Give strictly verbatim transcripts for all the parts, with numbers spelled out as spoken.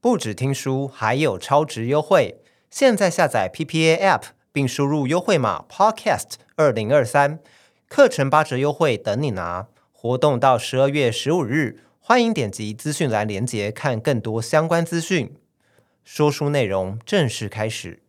不只听书，还有超值优惠。现在下载 P P A App 并输入优惠码 Podcast 二零二三，课程八折优惠等你拿。活动到十二月十五日，欢迎点击资讯栏连结看更多相关资讯。说书内容正式开始。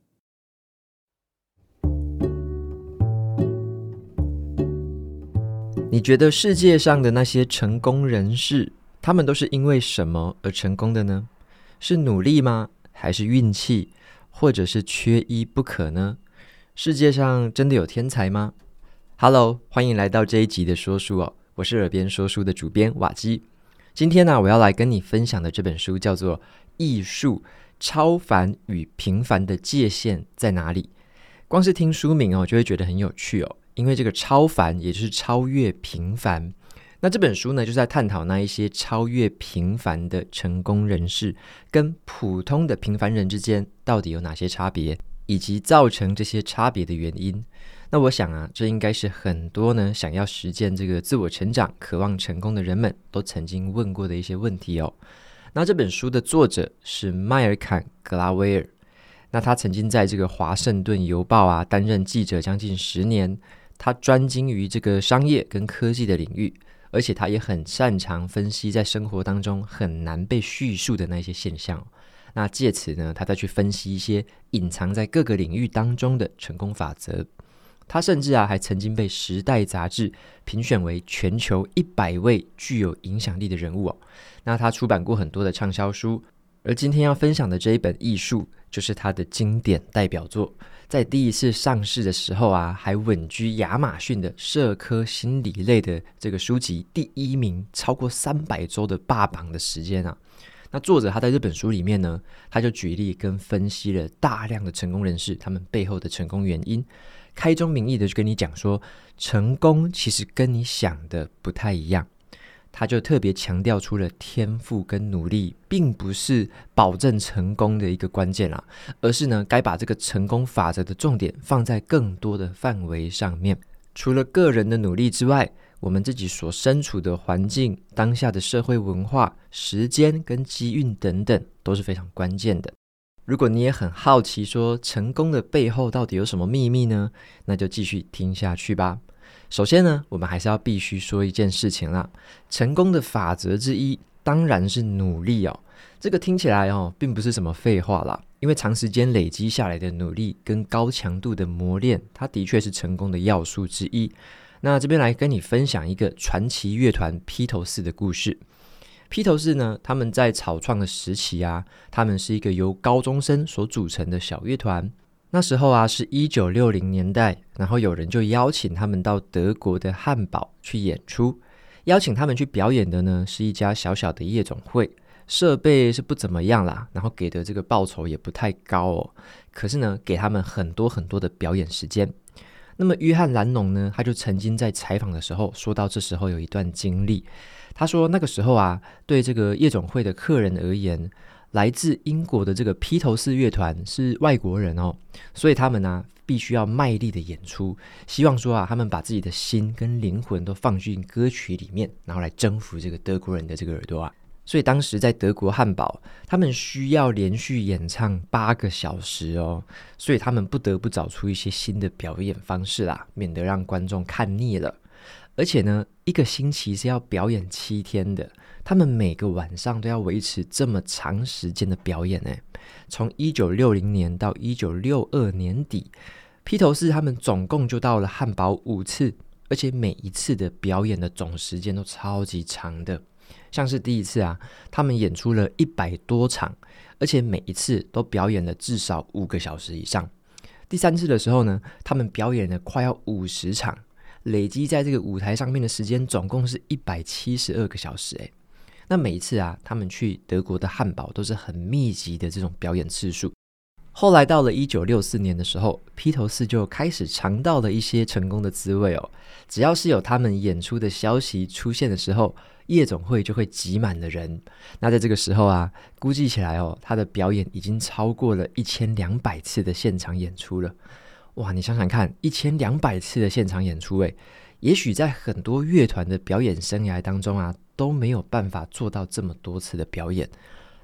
你觉得世界上的那些成功人士，他们都是因为什么而成功的呢？是努力吗？还是运气？或者是缺一不可呢？世界上真的有天才吗？ Hello， 欢迎来到这一集的说书哦，我是耳边说书的主编瓦基。今天呢、啊，我要来跟你分享的这本书叫做《艺术：超凡与平凡的界限在哪里》。光是听书名哦，就会觉得很有趣哦，因为这个超凡也就是超越平凡。那这本书呢，就是在探讨那一些超越平凡的成功人士跟普通的平凡人之间到底有哪些差别，以及造成这些差别的原因。那我想啊，这应该是很多呢想要实践这个自我成长、渴望成功的人们都曾经问过的一些问题哦。那这本书的作者是迈尔坎·格拉威尔，那他曾经在这个华盛顿邮报啊担任记者将近十年，他专精于这个商业跟科技的领域，而且他也很擅长分析在生活当中很难被叙述的那些现象。那借此呢，他再去分析一些隐藏在各个领域当中的成功法则。他甚至啊还曾经被《时代》杂志评选为全球一百位具有影响力的人物哦。那他出版过很多的畅销书，而今天要分享的这一本《艺术》就是他的经典代表作。在第一次上市的时候啊，还稳居亚马逊的社科心理类的这个书籍第一名，超过三百周的霸榜的时间啊。那作者他在这本书里面呢，他就举例跟分析了大量的成功人士他们背后的成功原因，开宗明义的就跟你讲说，成功其实跟你想的不太一样。他就特别强调出了天赋跟努力并不是保证成功的一个关键啦，而是呢该把这个成功法则的重点放在更多的范围上面。除了个人的努力之外，我们自己所身处的环境、当下的社会文化、时间跟机运等等都是非常关键的。如果你也很好奇说成功的背后到底有什么秘密呢？那就继续听下去吧。首先呢，我们还是要必须说一件事情啦，成功的法则之一当然是努力哦。这个听起来哦，并不是什么废话啦，因为长时间累积下来的努力跟高强度的磨练，它的确是成功的要素之一。那这边来跟你分享一个传奇乐团披头士的故事。披头士呢，他们在草创的时期啊，他们是一个由高中生所组成的小乐团。那时候啊，是一九六零年代，然后有人就邀请他们到德国的汉堡去演出。邀请他们去表演的呢，是一家小小的夜总会，设备是不怎么样啦，然后给的这个报酬也不太高哦。可是呢，给他们很多很多的表演时间。那么约翰·兰农呢，他就曾经在采访的时候说到，这时候有一段经历。他说那个时候啊，对这个夜总会的客人而言，来自英国的这个披头士乐团是外国人哦，所以他们啊必须要卖力的演出，希望说啊他们把自己的心跟灵魂都放进歌曲里面，然后来征服这个德国人的这个耳朵啊。所以当时在德国汉堡，他们需要连续演唱八个小时哦，所以他们不得不找出一些新的表演方式啦，免得让观众看腻了。而且呢，一个星期是要表演七天的，他们每个晚上都要维持这么长时间的表演呢。从一九六零年到一九六二年底，披头士他们总共就到了汉堡五次，而且每一次的表演的总时间都超级长的。像是第一次啊，他们演出了一百多场，而且每一次都表演了至少五个小时以上。第三次的时候呢，他们表演了快要五十场，累积在这个舞台上面的时间总共是一百七十二个小时诶。那每一次啊，他们去德国的汉堡都是很密集的这种表演次数。后来到了一九六四年的时候，披头士就开始尝到了一些成功的滋味哦。只要是有他们演出的消息出现的时候，夜总会就会挤满了人。那在这个时候啊，估计起来哦，他的表演已经超过了一千两百次的现场演出了。哇，你想想看，一千两百次的现场演出，诶，也许在很多乐团的表演生涯当中啊，都没有办法做到这么多次的表演。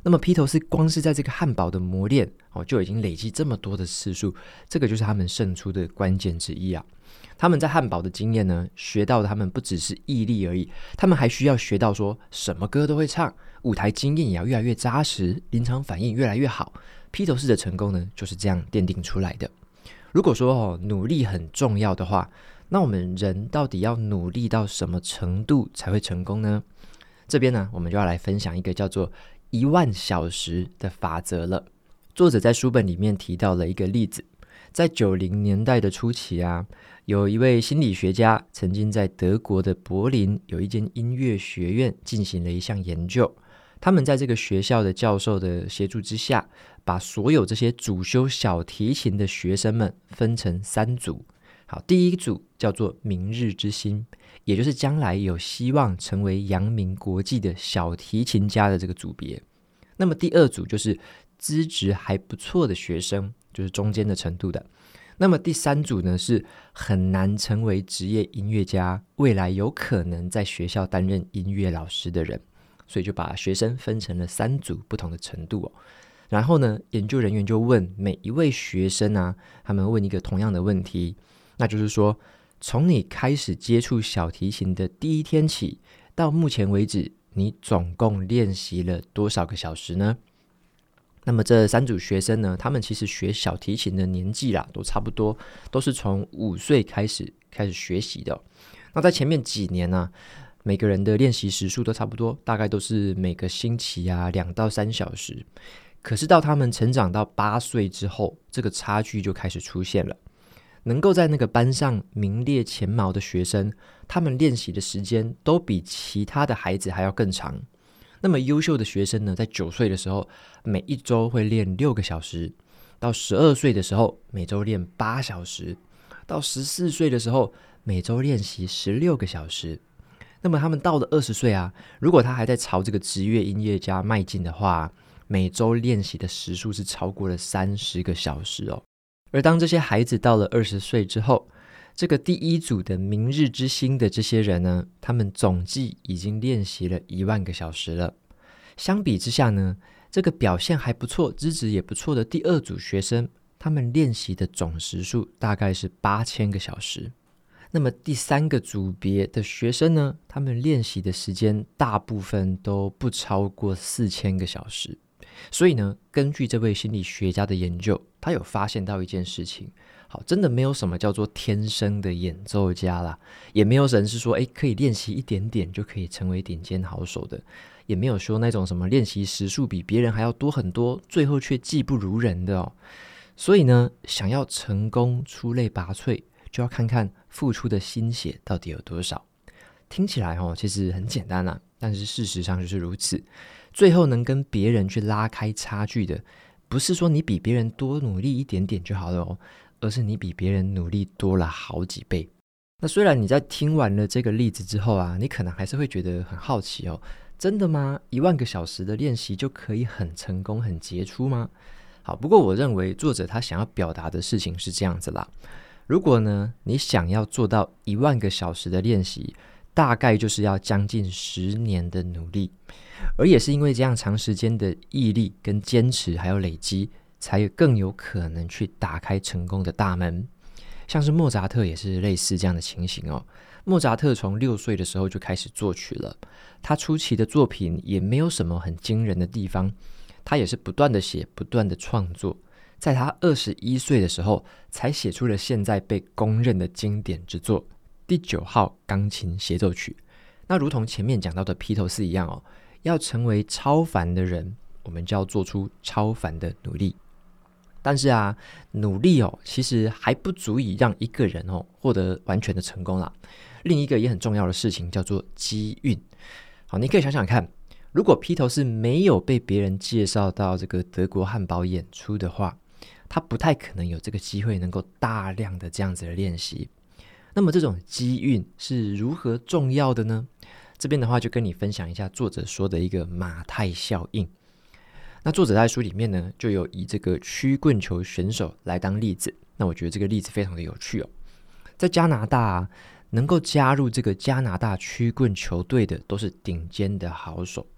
那么披头士光是在这个汉堡的磨练、哦、就已经累积这么多的次数，这个就是他们胜出的关键之一啊。他们在汉堡的经验呢，学到的他们不只是毅力而已，他们还需要学到说什么歌都会唱，舞台经验也要越来越扎实，临场反应越来越好。披头士的成功呢，就是这样奠定出来的。如果说、哦、努力很重要的话，那我们人到底要努力到什么程度才会成功呢？这边呢，我们就要来分享一个叫做一万小时的法则了。作者在书本里面提到了一个例子，在九零年代的初期啊，有一位心理学家曾经在德国的柏林有一间音乐学院进行了一项研究。他们在这个学校的教授的协助之下，把所有这些主修小提琴的学生们分成三组。好，第一组叫做明日之星，也就是将来有希望成为扬名国际的小提琴家的这个组别。那么第二组就是资质还不错的学生，就是中间的程度的。那么第三组呢，是很难成为职业音乐家，未来有可能在学校担任音乐老师的人。所以就把学生分成了三组不同的程度哦。然后呢，研究人员就问每一位学生啊，他们问一个同样的问题，那就是说，从你开始接触小提琴的第一天起，到目前为止，你总共练习了多少个小时呢？那么这三组学生呢，他们其实学小提琴的年纪啦，都差不多，都是从五岁开始开始学习的哦。那在前面几年呢、啊，每个人的练习时数都差不多，大概都是每个星期啊两到三小时。可是到他们成长到八岁之后，这个差距就开始出现了。能够在那个班上名列前茅的学生，他们练习的时间都比其他的孩子还要更长。那么优秀的学生呢，在九岁的时候，每一周会练六个小时；到十二岁的时候，每周练八小时；到十四岁的时候，每周练习十六个小时。那么他们到了二十岁啊，如果他还在朝这个职业音乐家迈进的话，每周练习的时数是超过了三十个小时哦。而当这些孩子到了二十岁之后，这个第一组的明日之星的这些人呢，他们总计已经练习了一万个小时了。相比之下呢，这个表现还不错、资质也不错的第二组学生，他们练习的总时数大概是八千个小时。那么第三个组别的学生呢，他们练习的时间大部分都不超过四千个小时。所以呢，根据这位心理学家的研究，他有发现到一件事情，好，真的没有什么叫做天生的演奏家啦，也没有人是说，诶，可以练习一点点就可以成为顶尖好手的，也没有说那种什么练习时数比别人还要多很多，最后却技不如人的哦。所以呢，想要成功出类拔萃，就要看看付出的心血到底有多少。听起来哦，其实很简单啦，但是事实上就是如此。最后能跟别人去拉开差距的，不是说你比别人多努力一点点就好了哦，而是你比别人努力多了好几倍。那虽然你在听完了这个例子之后啊，你可能还是会觉得很好奇哦，真的吗？一万个小时的练习就可以很成功、很杰出吗？好，不过我认为作者他想要表达的事情是这样子啦。如果呢，你想要做到一万个小时的练习，大概就是要将近十年的努力，而也是因为这样长时间的毅力跟坚持还有累积，才更有可能去打开成功的大门。像是莫扎特也是类似这样的情形哦。莫扎特从六岁的时候就开始作曲了，他初期的作品也没有什么很惊人的地方，他也是不断的写，不断的创作。在他二十一岁的时候，才写出了现在被公认的经典之作第九号钢琴协奏曲。那如同前面讲到的披头士一样哦，要成为超凡的人，我们就要做出超凡的努力。但是啊，努力哦，其实还不足以让一个人哦获得完全的成功啦。另一个也很重要的事情叫做机运。好，你可以想想看，如果披头士没有被别人介绍到这个德国汉堡演出的话，他不太可能有这个机会能够大量的这样子的练习。那么这种机运是如何重要的呢？这边的话就跟你分享一下作者说的一个马太效应。那作者在书里面呢，就有以这个曲棍球选手来当例子。那我觉得这个例子非常的有趣哦。在加拿大啊，能够加入这个加拿大曲棍球队的都是顶尖的好手。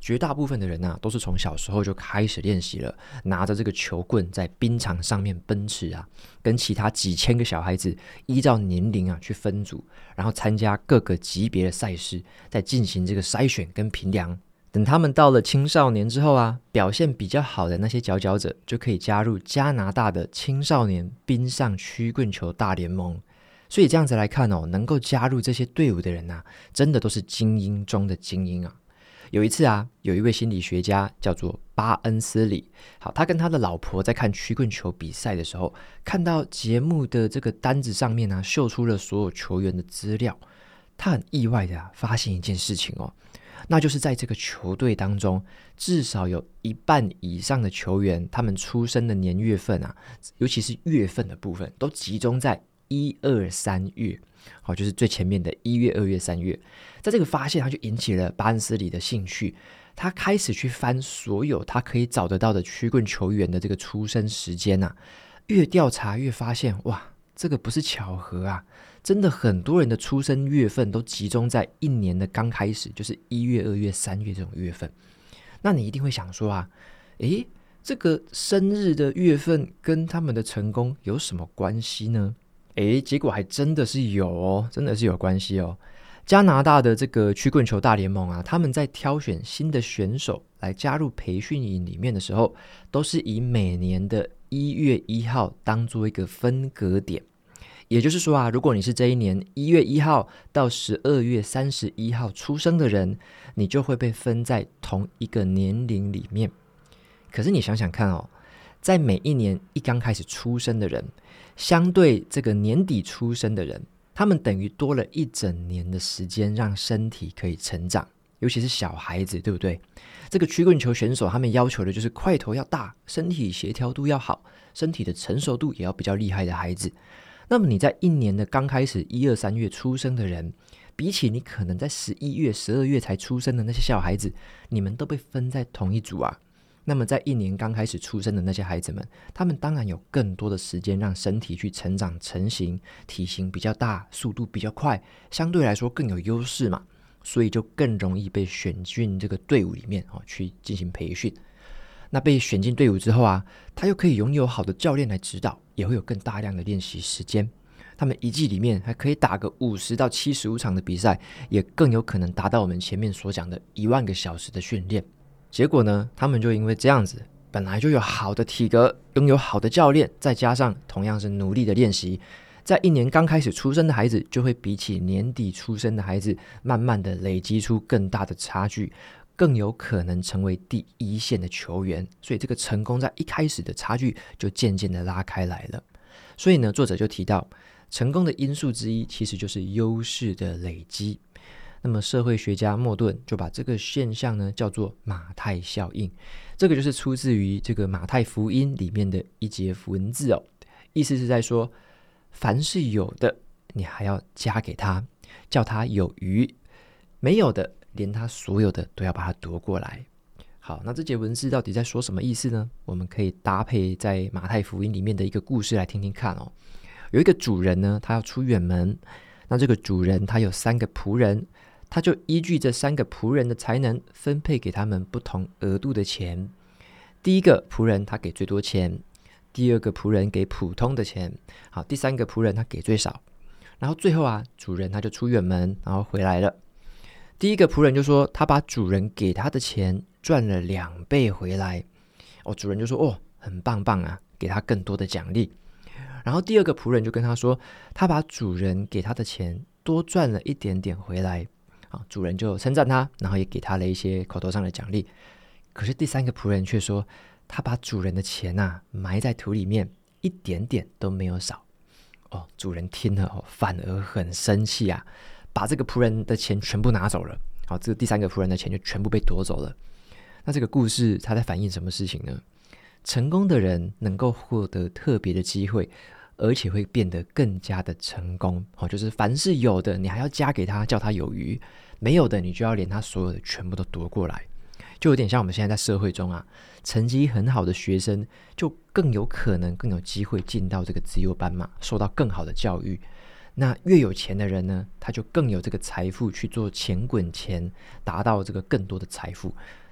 绝大部分的人啊，都是从小时候就开始练习了，拿着这个球棍在冰场上面奔驰啊，跟其他几千个小孩子依照年龄啊去分组，然后参加各个级别的赛事，再进行这个筛选跟评量。等他们到了青少年之后啊，表现比较好的那些佼佼者就可以加入加拿大的青少年冰上曲棍球大联盟。所以这样子来看哦，能够加入这些队伍的人啊，真的都是精英中的精英啊。有一次啊，有一位心理学家叫做巴恩斯里，好，他跟他的老婆在看曲棍球比赛的时候，看到节目的这个单子上面啊，秀出了所有球员的资料，他很意外的啊，发现一件事情哦，那就是在这个球队当中，至少有一半以上的球员，他们出生的年月份啊，尤其是月份的部分，都集中在一二三月，好，就是最前面的一月、二月、三月。在这个发现，他就引起了巴恩斯里的兴趣，他开始去翻所有他可以找得到的曲棍球员的这个出生时间啊，越调查越发现，哇，这个不是巧合啊，真的很多人的出生月份都集中在一年的刚开始，就是一月、二月、三月这种月份。那你一定会想说啊，诶，这个生日的月份跟他们的成功有什么关系呢？诶，结果还真的是有哦，真的是有关系哦。加拿大的这个曲棍球大联盟啊，他们在挑选新的选手来加入培训营里面的时候，都是以每年的一月一号当做一个分隔点。也就是说啊，如果你是这一年一月一号到十二月三十一号出生的人，你就会被分在同一个年龄里面。可是你想想看哦，在每一年一刚开始出生的人，相对这个年底出生的人，他们等于多了一整年的时间让身体可以成长，尤其是小孩子，对不对？这个曲棍球选手他们要求的就是块头要大，身体协调度要好，身体的成熟度也要比较厉害的孩子。那么你在一年的刚开始一二三月出生的人，比起你可能在十一月十二月才出生的那些小孩子，你们都被分在同一组啊。那么在一年刚开始出生的那些孩子们，他们当然有更多的时间让身体去成长成型，体型比较大，速度比较快，相对来说更有优势嘛，所以就更容易被选进这个队伍里面、哦、去进行培训。那被选进队伍之后啊，他又可以拥有好的教练来指导，也会有更大量的练习时间。他们一季里面还可以打个五十到七十五场的比赛，也更有可能达到我们前面所讲的一万个小时的训练。结果呢，他们就因为这样子，本来就有好的体格，拥有好的教练，再加上同样是努力的练习，在一年刚开始出生的孩子，就会比起年底出生的孩子，慢慢的累积出更大的差距，更有可能成为第一线的球员。所以这个成功在一开始的差距就渐渐的拉开来了。所以呢，作者就提到，成功的因素之一其实就是优势的累积。那么社会学家莫顿就把这个现象呢叫做马太效应，这个就是出自于这个马太福音里面的一节文字哦，意思是在说，凡是有的你还要加给他，叫他有余，没有的连他所有的都要把它夺过来。好，那这节文字到底在说什么意思呢？我们可以搭配在马太福音里面的一个故事来听听看哦。有一个主人呢，他要出远门，那这个主人他有三个仆人，他就依据这三个仆人的才能分配给他们不同额度的钱。第一个仆人他给最多钱，第二个仆人给普通的钱，好，第三个仆人他给最少。然后最后啊，主人他就出远门，然后回来了。第一个仆人就说，他把主人给他的钱赚了两倍回来。哦，主人就说，哦，很棒棒啊，给他更多的奖励。然后第二个仆人就跟他说，他把主人给他的钱多赚了一点点回来。主人就称赞他，然后也给他了一些口头上的奖励。可是第三个仆人却说，他把主人的钱啊埋在土里面，一点点都没有少。哦，主人听了、哦、反而很生气啊，把这个仆人的钱全部拿走了。好，这个第三个仆人的钱就全部被夺走了。那这个故事它在反映什么事情呢？成功的人能够获得特别的机会，而且会变得更加的成功、哦、就是凡是有的你还要加给他，叫他有余，没有的你就要连他所有的全部都夺过来。就有点像我们现在在社会中啊，成绩很好的学生就更有可能更有机会进到这个资优班嘛，受到更好的教育。那越有钱的人呢，他就更有这个财富去做钱滚钱，达到这个更多的财富。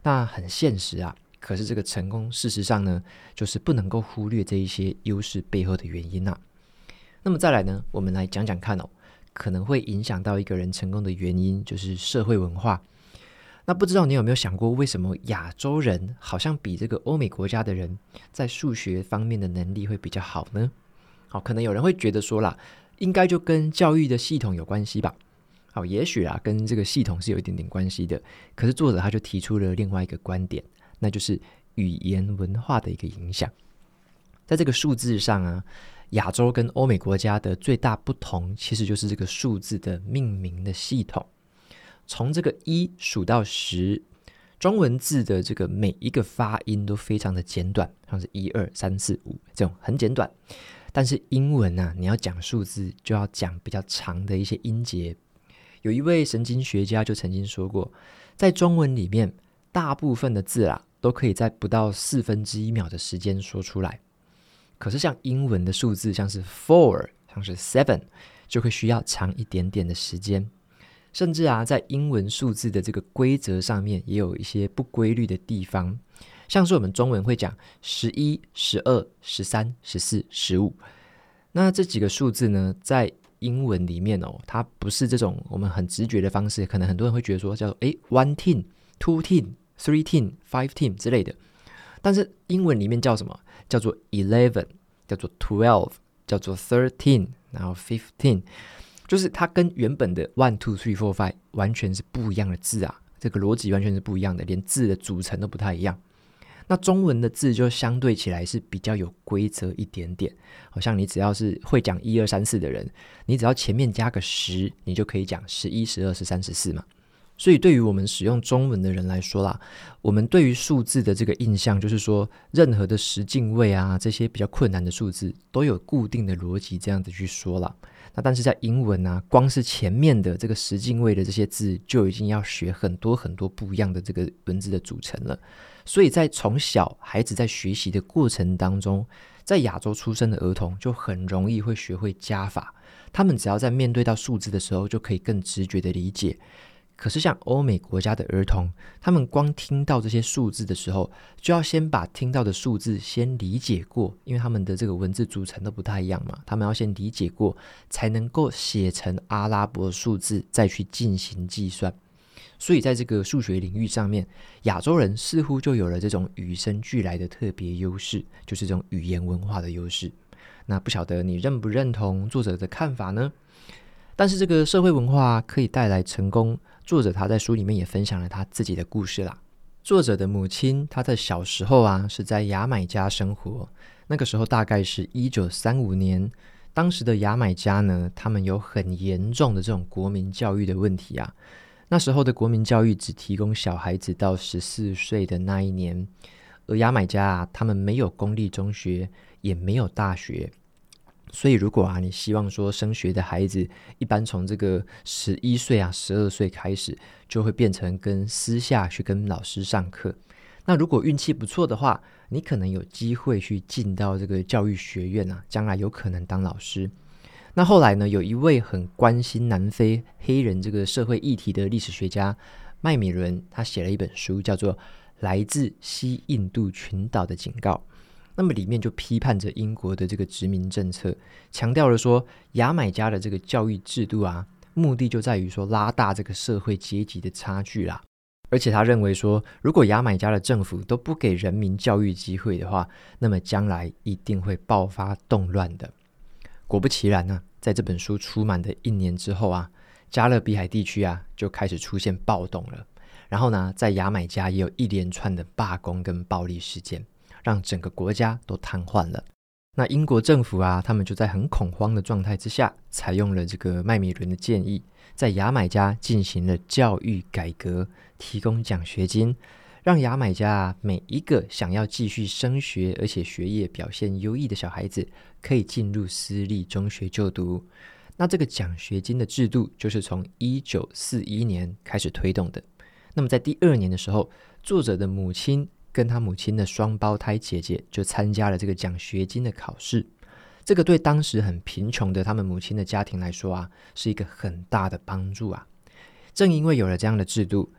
那很现实啊，可是这个成功事实上呢，就是不能够忽略这一些优势背后的原因啊。那么再来呢，我们来讲讲看哦，可能会影响到一个人成功的原因就是社会文化。那不知道你有没有想过，为什么亚洲人好像比这个欧美国家的人在数学方面的能力会比较好呢？好，可能有人会觉得说啦，应该就跟教育的系统有关系吧。好，也许啊，跟这个系统是有一点点关系的。可是作者他就提出了另外一个观点，那就是语言文化的一个影响。在这个数字上啊，亚洲跟欧美国家的最大不同，其实就是这个数字的命名的系统。从这个一数到十，中文字的这个每一个发音都非常的简短，像是一二三四五这种很简短。但是英文啊，你要讲数字就要讲比较长的一些音节。有一位神经学家就曾经说过，在中文里面，大部分的字啊，都可以在不到四分之一秒的时间说出来。可是像英文的数字，像是 four， 像是 seven， 就会需要长一点点的时间。甚至啊，在英文数字的这个规则上面也有一些不规律的地方，像是我们中文会讲十一、十二、十三、十四、十五，那这几个数字呢，在英文里面哦，它不是这种我们很直觉的方式，可能很多人会觉得说叫诶 one teen, two teen, three teen, five teen 之类的，但是英文里面叫什么？叫做 eleven， 叫做 twelve， 叫做 thirteen， 然后 fifteen，就是它跟原本的 one two three four five 完全是不一样的字啊，这个逻辑完全是不一样的，连字的组成都不太一样。那中文的字就相对起来是比较有规则一点点，好像你只要是会讲一二三四的人，你只要前面加个十，你就可以讲十一、十二、十三、十四嘛。所以对于我们使用中文的人来说啦，我们对于数字的这个印象就是说，任何的十进位啊，这些比较困难的数字都有固定的逻辑这样子去说啦。那但是在英文啊，光是前面的这个十进位的这些字就已经要学很多很多不一样的这个文字的组成了。所以在从小孩子在学习的过程当中，在亚洲出生的儿童就很容易会学会加法，他们只要在面对到数字的时候就可以更直觉的理解。可是像欧美国家的儿童，他们光听到这些数字的时候，就要先把听到的数字先理解过，因为他们的这个文字组成都不太一样嘛，他们要先理解过，才能够写成阿拉伯数字，再去进行计算。所以在这个数学领域上面，亚洲人似乎就有了这种与生俱来的特别优势，就是这种语言文化的优势。那不晓得你认不认同作者的看法呢？但是这个社会文化可以带来成功，作者他在书里面也分享了他自己的故事啦。作者的母亲，她在小时候啊是在牙买加生活，那个时候大概是一九三五年，当时的牙买加呢，他们有很严重的这种国民教育的问题啊。那时候的国民教育只提供小孩子到十四岁的那一年，而牙买加啊，他们没有公立中学，也没有大学。所以如果啊，你希望说升学的孩子，一般从这个十一岁啊、十二岁开始，就会变成跟私下去跟老师上课。那如果运气不错的话，你可能有机会去进到这个教育学院啊，将来有可能当老师。那后来呢，有一位很关心南非黑人这个社会议题的历史学家麦米伦，他写了一本书，叫做《来自西印度群岛的警告》。那么里面就批判着英国的这个殖民政策，强调了说牙买加的这个教育制度啊，目的就在于说拉大这个社会阶级的差距啦。而且他认为说，如果牙买加的政府都不给人民教育机会的话，那么将来一定会爆发动乱的。果不其然啊，在这本书出版的一年之后啊，加勒比海地区啊就开始出现暴动了。然后呢，在牙买加也有一连串的罢工跟暴力事件，让整个国家都瘫痪了。那英国政府啊，他们就在很恐慌的状态之下，采用了这个麦米伦的建议，在牙买加进行了教育改革，提供奖学金，让牙买加啊每一个想要继续升学而且学业表现优异的小孩子，可以进入私立中学就读。那这个奖学金的制度就是从一九四一年开始推动的。那么在第二年的时候，作者的母亲跟他母亲的双胞胎姐姐就参加了这个奖学金的考试。这个对当时很贫穷的他们母亲的家庭来说啊，是一个很大的帮助啊。正因为有了这样的制度，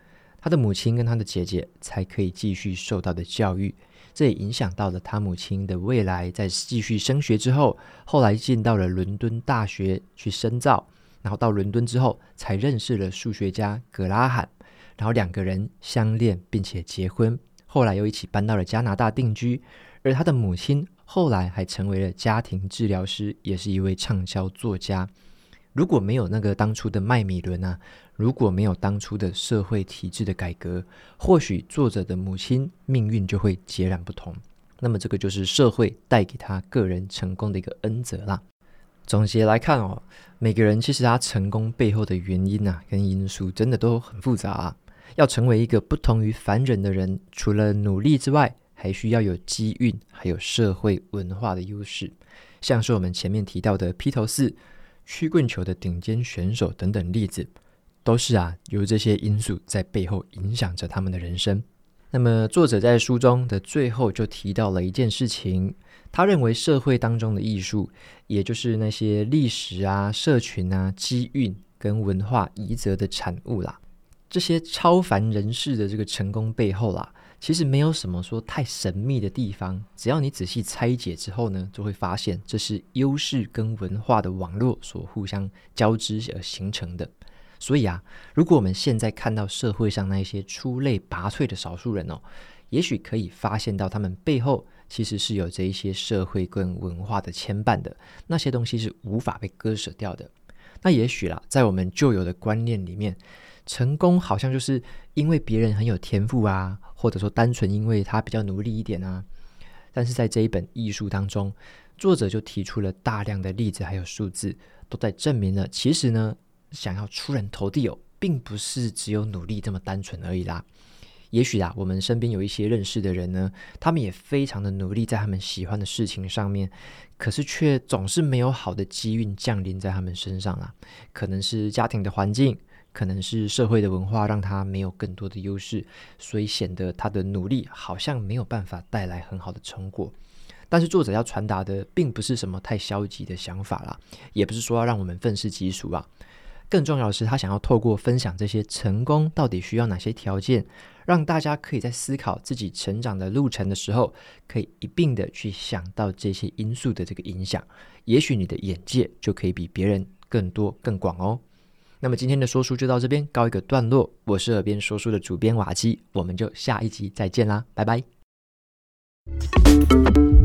他的母亲跟他的姐姐才可以继续受到的教育，这也影响到了他母亲的未来。在继续升学之后，后来进到了伦敦大学去深造，然后到伦敦之后才认识了数学家格拉罕，然后两个人相恋并且结婚，后来又一起搬到了加拿大定居。而他的母亲后来还成为了家庭治疗师，也是一位畅销作家。如果没有那个当初的麦米伦啊，如果没有当初的社会体制的改革，或许作者的母亲命运就会截然不同。那么这个就是社会带给他个人成功的一个恩泽啦。总结来看哦，每个人其实他成功背后的原因啊跟因素真的都很复杂啊。要成为一个不同于凡人的人，除了努力之外，还需要有机运，还有社会文化的优势。像是我们前面提到的披头士、曲棍球的顶尖选手等等例子，都是啊由这些因素在背后影响着他们的人生。那么作者在书中的最后就提到了一件事情，他认为社会当中的艺术，也就是那些历史啊、社群啊、机运跟文化遗泽的产物啦。这些超凡人士的这个成功背后啦，其实没有什么说太神秘的地方，只要你仔细拆解之后呢，就会发现这是优势跟文化的网络所互相交织而形成的。所以啊，如果我们现在看到社会上那一些出类拔萃的少数人哦，也许可以发现到他们背后其实是有这一些社会跟文化的牵绊的，那些东西是无法被割舍掉的。那也许啦，在我们旧有的观念里面，成功好像就是因为别人很有天赋啊，或者说单纯因为他比较努力一点啊。但是在这一本艺术当中，作者就提出了大量的例子还有数字，都在证明了其实呢，想要出人头地哦，并不是只有努力这么单纯而已啦。也许啊，我们身边有一些认识的人呢，他们也非常的努力在他们喜欢的事情上面，可是却总是没有好的机运降临在他们身上啦。可能是家庭的环境，可能是社会的文化让他没有更多的优势，所以显得他的努力好像没有办法带来很好的成果。但是作者要传达的并不是什么太消极的想法啦，也不是说要让我们愤世嫉俗啊。更重要的是，他想要透过分享这些成功到底需要哪些条件，让大家可以在思考自己成长的路程的时候，可以一并的去想到这些因素的这个影响，也许你的眼界就可以比别人更多更广哦。那么今天的说书就到这边告一个段落，我是耳边说书的主编瓦基，我们就下一集再见啦，拜拜。